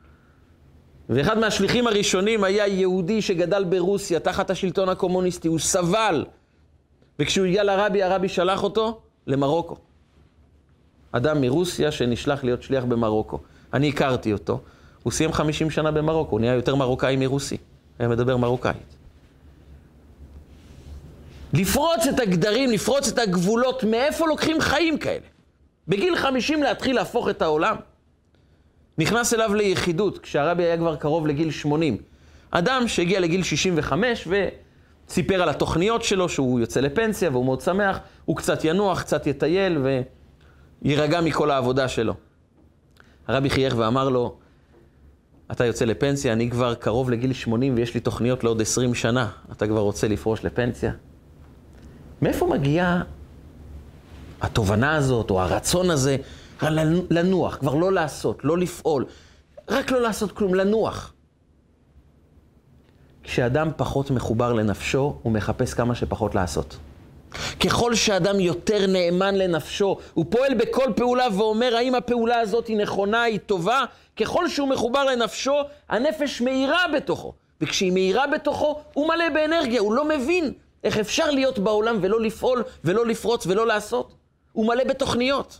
ואחד מהשליחים הראשונים היה יהודי שגדל ברוסיה, תחת השלטון הקומוניסטי, הוא סבל. וכשהוא הגיע לרבי, הרבי שלח אותו למרוקו. אדם מרוסיה שנשלח להיות שליח במרוקו. אני הכרתי אותו. הוא סיים 50 שנה במרוקו, הוא נהיה יותר מרוקאי מרוסי. היה מדבר מרוקאית. לפרוץ את הגדרים, לפרוץ את הגבולות, מאיפה לוקחים חיים כאלה? בגיל 50 להתחיל להפוך את העולם. נכנס אליו ליחידות, כשהרבי היה כבר קרוב לגיל 80. אדם שהגיע לגיל 65 וסיפר על התוכניות שלו, שהוא יוצא לפנסיה והוא מאוד שמח, הוא קצת ינוח, קצת יטייל וירגע מכל העבודה שלו. הרבי חייך ואמר לו, אתה יוצא לפנסיה, אני כבר קרוב לגיל 80 ויש לי תוכניות לעוד 20 שנה. אתה כבר רוצה לפרוש לפנסיה? מאיפה מגיעה התובנה הזאת או הרצון הזה לנוח, כבר לא לעשות, לא לפעול, רק לא לעשות כלום, לנוח? כשאדם פחות מחובר לנפשו, הוא מחפש כמה שפחות לעשות. ככל שאדם יותר נאמן לנפשו, הוא פועל בכל פעולה ואומר האם הפעולה הזאת היא נכונה, היא טובה, ככל שהוא מחובר לנפשו, הנפש מהירה בתוכו. וכשהיא מהירה בתוכו, הוא מלא באנרגיה, הוא לא מבין איך אפשר להיות בעולם ולא לפעול ולא לפרוץ ולא לעשות. הוא מלא בתוכניות.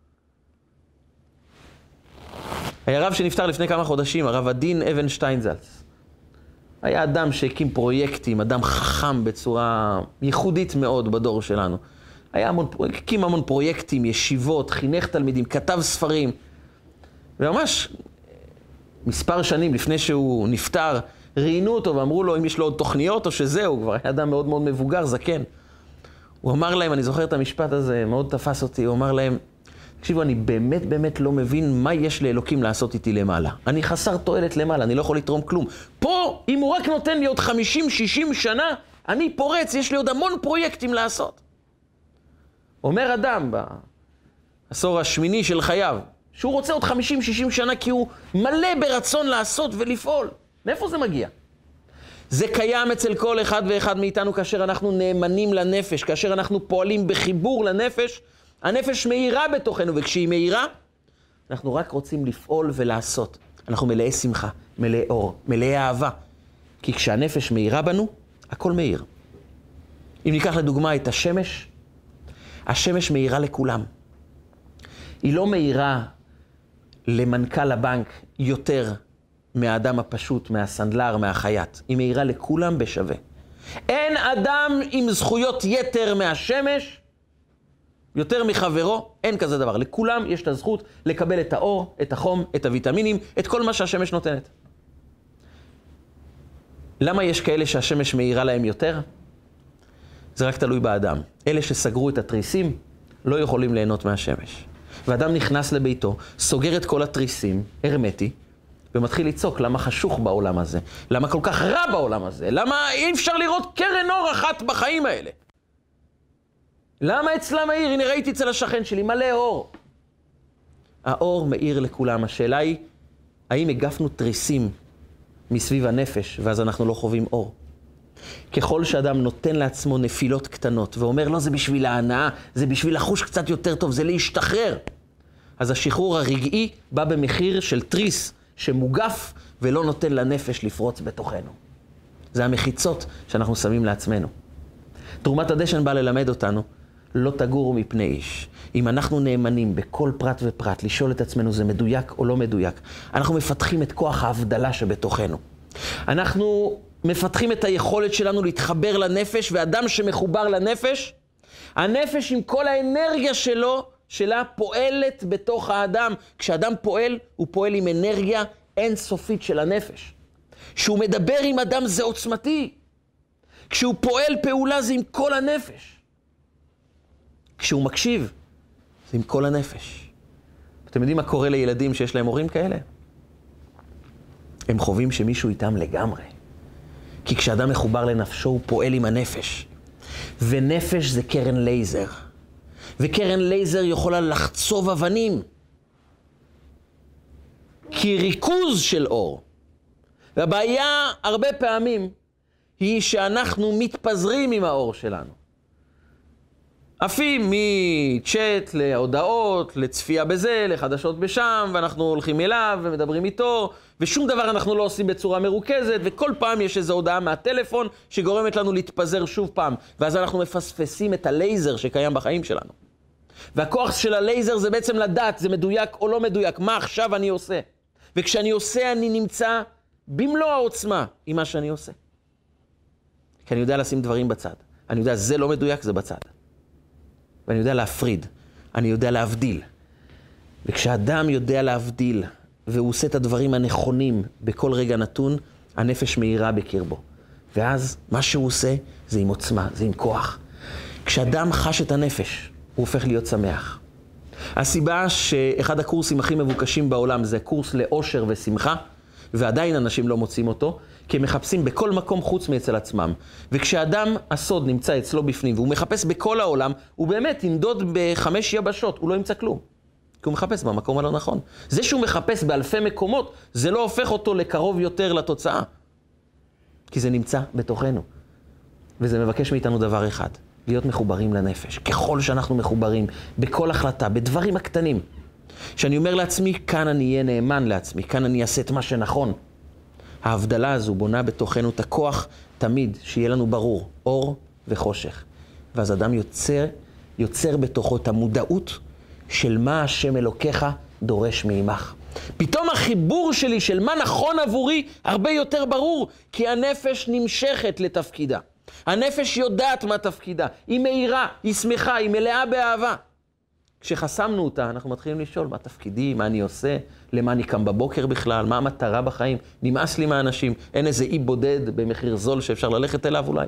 היה רב שנפטר לפני כמה חודשים, הרב עדין אבן שטיינזלץ. היה אדם שהקים פרויקטים, אדם חכם בצורה ייחודית מאוד בדור שלנו. הקים המון פרויקטים, ישיבות, חינך תלמידים, כתב ספרים. וממש מספר שנים לפני שהוא נפטר, ראיינו אותו ואמרו לו אם יש לו עוד תוכניות או שזהו, הוא כבר היה אדם מאוד מאוד מבוגר, זקן. הוא אמר להם, אני זוכר את המשפט הזה, מאוד תפס אותי, הוא אמר להם, תקשיבו, אני באמת לא מבין מה יש לאלוקים לעשות איתי למעלה. אני חסר תועלת למעלה, אני לא יכול לתרום כלום. פה, אם הוא רק נותן לי עוד 50-60 שנה, אני פורץ, יש לי עוד המון פרויקטים לעשות. אומר אדם בעשור השמיני של חייו, שהוא רוצה עוד 50-60 שנה כי הוא מלא ברצון לעשות ולפעול. מאיפה זה מגיע? זה קיים אצל כל אחד ואחד מאיתנו כאשר אנחנו נאמנים לנפש, כאשר אנחנו פועלים בחיבור לנפש, הנפש מהירה בתוכנו, וכשהיא מהירה, אנחנו רק רוצים לפעול ולעשות. אנחנו מלאי שמחה, מלאי אור, מלאי אהבה. כי כשהנפש מהירה בנו, הכל מהיר. אם ניקח לדוגמה את השמש, השמש מהירה לכולם. היא לא מהירה למנכ"ל הבנק יותר מהאדם הפשוט, מהסנדלר, מהחייט. היא מהירה לכולם בשווה. אין אדם עם זכויות יתר מהשמש, יותר מחברו, אין כזה דבר. לכולם יש את הזכות לקבל את האור, את החום, את הוויטמינים, את כל מה שהשמש נותנת. למה יש כאלה שהשמש מהירה להם יותר? זה רק תלוי באדם. אלה שסגרו את התריסים לא יכולים ליהנות מהשמש. ואדם נכנס לביתו, סוגר את כל התריסים, הרמטי, ומתחיל לצעוק למה חשוך בעולם הזה, למה כל כך רע בעולם הזה, למה אי אפשר לראות קרן אור אחת בחיים האלה. למה אצלם מאיר? הנה ראיתי אצל השכן שלי, מלא אור. האור מאיר לכולם. השאלה היא, האם הגפנו תריסים מסביב הנפש, ואז אנחנו לא חווים אור? ככל שאדם נותן לעצמו נפילות קטנות, ואומר, לא, זה בשביל ההנאה, זה בשביל לחוש קצת יותר טוב, זה להשתחרר. אז השחרור הרגעי בא במחיר של תריס שמוגף, ולא נותן לנפש לפרוץ בתוכנו. זה המחיצות שאנחנו שמים לעצמנו. תרומת הדשן באה ללמד אותנו, לא תגורו מפני איש. אם אנחנו נאמנים בכל פרט ופרט, לשאול את עצמנו זה מדויק או לא מדויק, אנחנו מפתחים את כוח ההבדלה שבתוכנו. אנחנו מפתחים את היכולת שלנו להתחבר לנפש, ואדם שמחובר לנפש, הנפש עם כל האנרגיה שלה פועלת בתוך האדם. כשאדם פועל, הוא פועל עם אנרגיה אינסופית של הנפש. כשהוא מדבר עם אדם זה עוצמתי. כשהוא פועל פעולה זה עם כל הנפש. כשהוא מקשיב, זה עם כל הנפש. אתם יודעים מה קורה לילדים שיש להם הורים כאלה? הם חווים שמישהו איתם לגמרי. כי כשאדם מחובר לנפשו, הוא פועל עם הנפש. ונפש זה קרן לייזר. וקרן לייזר יכולה לחצוב אבנים. כי ריכוז של אור. והבעיה הרבה פעמים היא שאנחנו מתפזרים עם האור שלנו. עפים מצ'אט להודעות, לצפייה בזה, לחדשות בשם, ואנחנו הולכים אליו ומדברים איתו, ושום דבר אנחנו לא עושים בצורה מרוכזת, וכל פעם יש איזו הודעה מהטלפון שגורמת לנו להתפזר שוב פעם, ואז אנחנו מפספסים את הלייזר שקיים בחיים שלנו. והכוח של הלייזר זה בעצם לדעת, זה מדויק או לא מדויק, מה עכשיו אני עושה. וכשאני עושה, אני נמצא במלוא העוצמה עם מה שאני עושה. כי אני יודע לשים דברים בצד. אני יודע, זה לא מדויק, זה בצד. ואני יודע להפריד, אני יודע להבדיל. וכשאדם יודע להבדיל, והוא עושה את הדברים הנכונים בכל רגע נתון, הנפש מהירה בקרבו. ואז מה שהוא עושה זה עם עוצמה, זה עם כוח. כשאדם חש את הנפש, הוא הופך להיות שמח. הסיבה שאחד הקורסים הכי מבוקשים בעולם זה קורס לאושר ושמחה, ועדיין אנשים לא מוצאים אותו, כי הם מחפשים בכל מקום חוץ מאצל עצמם. וכשאדם הסוד נמצא אצלו בפנים, והוא מחפש בכל העולם, הוא באמת ינדוד ב5 יבשות, הוא לא ימצא כלום. כי הוא מחפש במקום הלא נכון. זה שהוא מחפש באלפי מקומות, זה לא הופך אותו לקרוב יותר לתוצאה. כי זה נמצא בתוכנו. וזה מבקש מאיתנו דבר אחד, להיות מחוברים לנפש. ככל שאנחנו מחוברים בכל החלטה, בדברים הקטנים, שאני אומר לעצמי, כאן אני אהיה נאמן לעצמי, כאן אני אעשה את מה שנכון. ההבדלה הזו בונה בתוכנו את הכוח תמיד, שיהיה לנו ברור, אור וחושך. ואז אדם יוצר בתוכו את המודעות של מה השם אלוקיך דורש מעמך. פתאום החיבור שלי של מה נכון עבורי הרבה יותר ברור, כי הנפש נמשכת לתפקידה. הנפש יודעת מה תפקידה, היא מהירה, היא שמחה, היא מלאה באהבה. כשחסמנו אותה, אנחנו מתחילים לשאול מה תפקידי, מה אני עושה, למה אני קם בבוקר בכלל, מה המטרה בחיים. נמאס לי מהאנשים, אין איזה אי בודד במחיר זול שאפשר ללכת אליו אולי.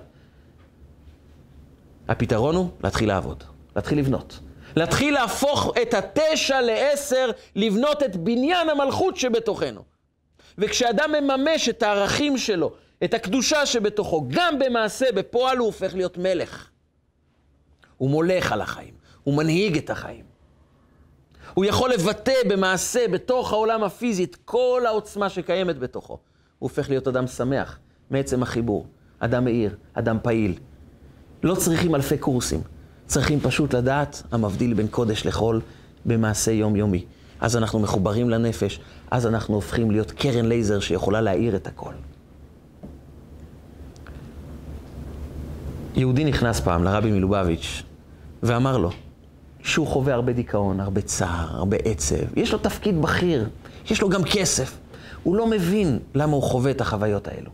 הפתרון הוא להתחיל לעבוד, להתחיל לבנות. להתחיל להפוך את 9 ל-10, לבנות את בניין המלכות שבתוכנו. וכשאדם מממש את הערכים שלו, את הקדושה שבתוכו, גם במעשה, בפועל הוא הופך להיות מלך. הוא מולך על החיים, הוא מנהיג את החיים. הוא יכול לבטא במעשה, בתוך העולם הפיזי, את כל העוצמה שקיימת בתוכו. הוא הופך להיות אדם שמח, מעצם החיבור. אדם מאיר, אדם פעיל. לא צריכים אלפי קורסים. צריכים פשוט לדעת המבדיל בין קודש לחול במעשה יומיומי. אז אנחנו מחוברים לנפש, אז אנחנו הופכים להיות קרן לייזר שיכולה להאיר את הכל. יהודי נכנס פעם לרבי מלובביץ' ואמר לו שהוא חווה הרבה דיכאון, הרבה צער, הרבה עצב. יש לו תפקיד בכיר, יש לו גם כסף. הוא לא מבין למה הוא חווה את החוויות האלו.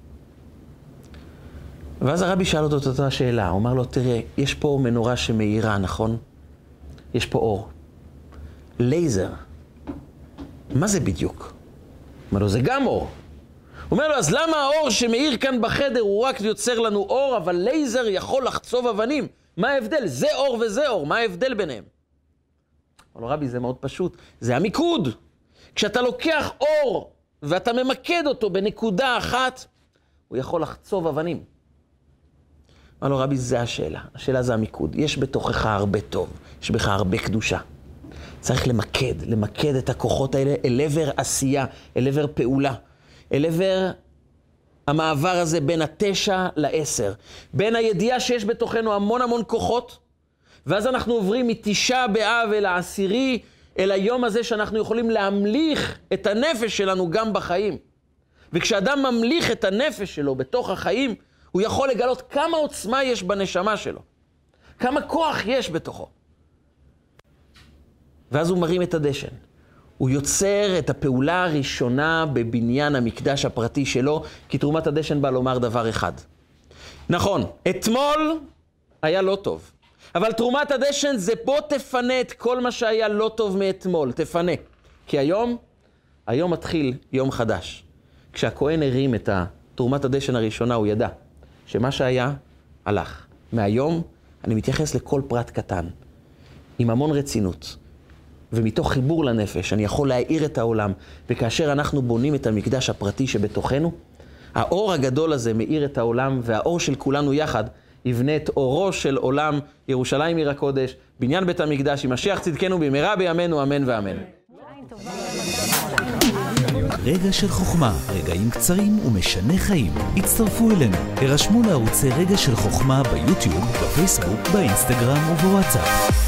ואז הרבי שאל אותו את אותה שאלה, הוא אמר לו, תראה, יש פה מנורה שמאירה, נכון? יש פה אור. לייזר. מה זה בדיוק? הוא אומר לו, זה גם אור. הוא אומר לו, אז למה האור שמאיר כאן בחדר הוא רק יוצר לנו אור, אבל לייזר יכול לחצוב אבנים? מה ההבדל? זה אור וזה אור, מה ההבדל ביניהם? אבל רבי, זה מאוד פשוט. זה המיקוד. כשאתה לוקח אור ואתה ממקד אותו בנקודה אחת, הוא יכול לחצוב אבנים. אמר לו, רבי, זה השאלה. השאלה זה המיקוד. יש בתוכך הרבה טוב, יש בך הרבה קדושה. צריך למקד את הכוחות האלה אל עבר עשייה, אל עבר פעולה, אל עבר המעבר הזה בין 9 ל-10, בין הידיעה שיש בתוכנו המון כוחות, ואז אנחנו עוברים מ9 באב אל 10, אל היום הזה שאנחנו יכולים להמליך את הנפש שלנו גם בחיים. וכשאדם ממליך את הנפש שלו בתוך החיים, הוא יכול לגלות כמה עוצמה יש בנשמה שלו, כמה כוח יש בתוכו. ואז הוא מרים את הדשן. הוא יוצר את הפעולה הראשונה בבניין המקדש הפרטי שלו, כי תרומת הדשן בא לומר דבר אחד. נכון, אתמול היה לא טוב, אבל תרומת הדשן זה בוא תפנה את כל מה שהיה לא טוב מאתמול, תפנה. כי היום מתחיל יום חדש. כשהכהן הרים את תרומת הדשן הראשונה, הוא ידע שמה שהיה הלך. מהיום אני מתייחס לכל פרט קטן, עם המון רצינות. ומתוך חיבור לנפש, אני יכול להאיר את העולם, וכאשר אנחנו בונים את המקדש הפרטי שבתוכנו, האור הגדול הזה מאיר את העולם, והאור של כולנו יחד יבנה את אורו של עולם ירושלים עיר הקודש, בניין בית המקדש, עם משיח צדקנו במהרה בימינו, אמן ואמן. רגע של חוכמה, רגעים קצרים ומשנה חיים. הצטרפו אלינו, הרשמו לערוצי רגע של חוכמה ביוטיוב, בפייסבוק, באינסטגרם ובוואטסאפ.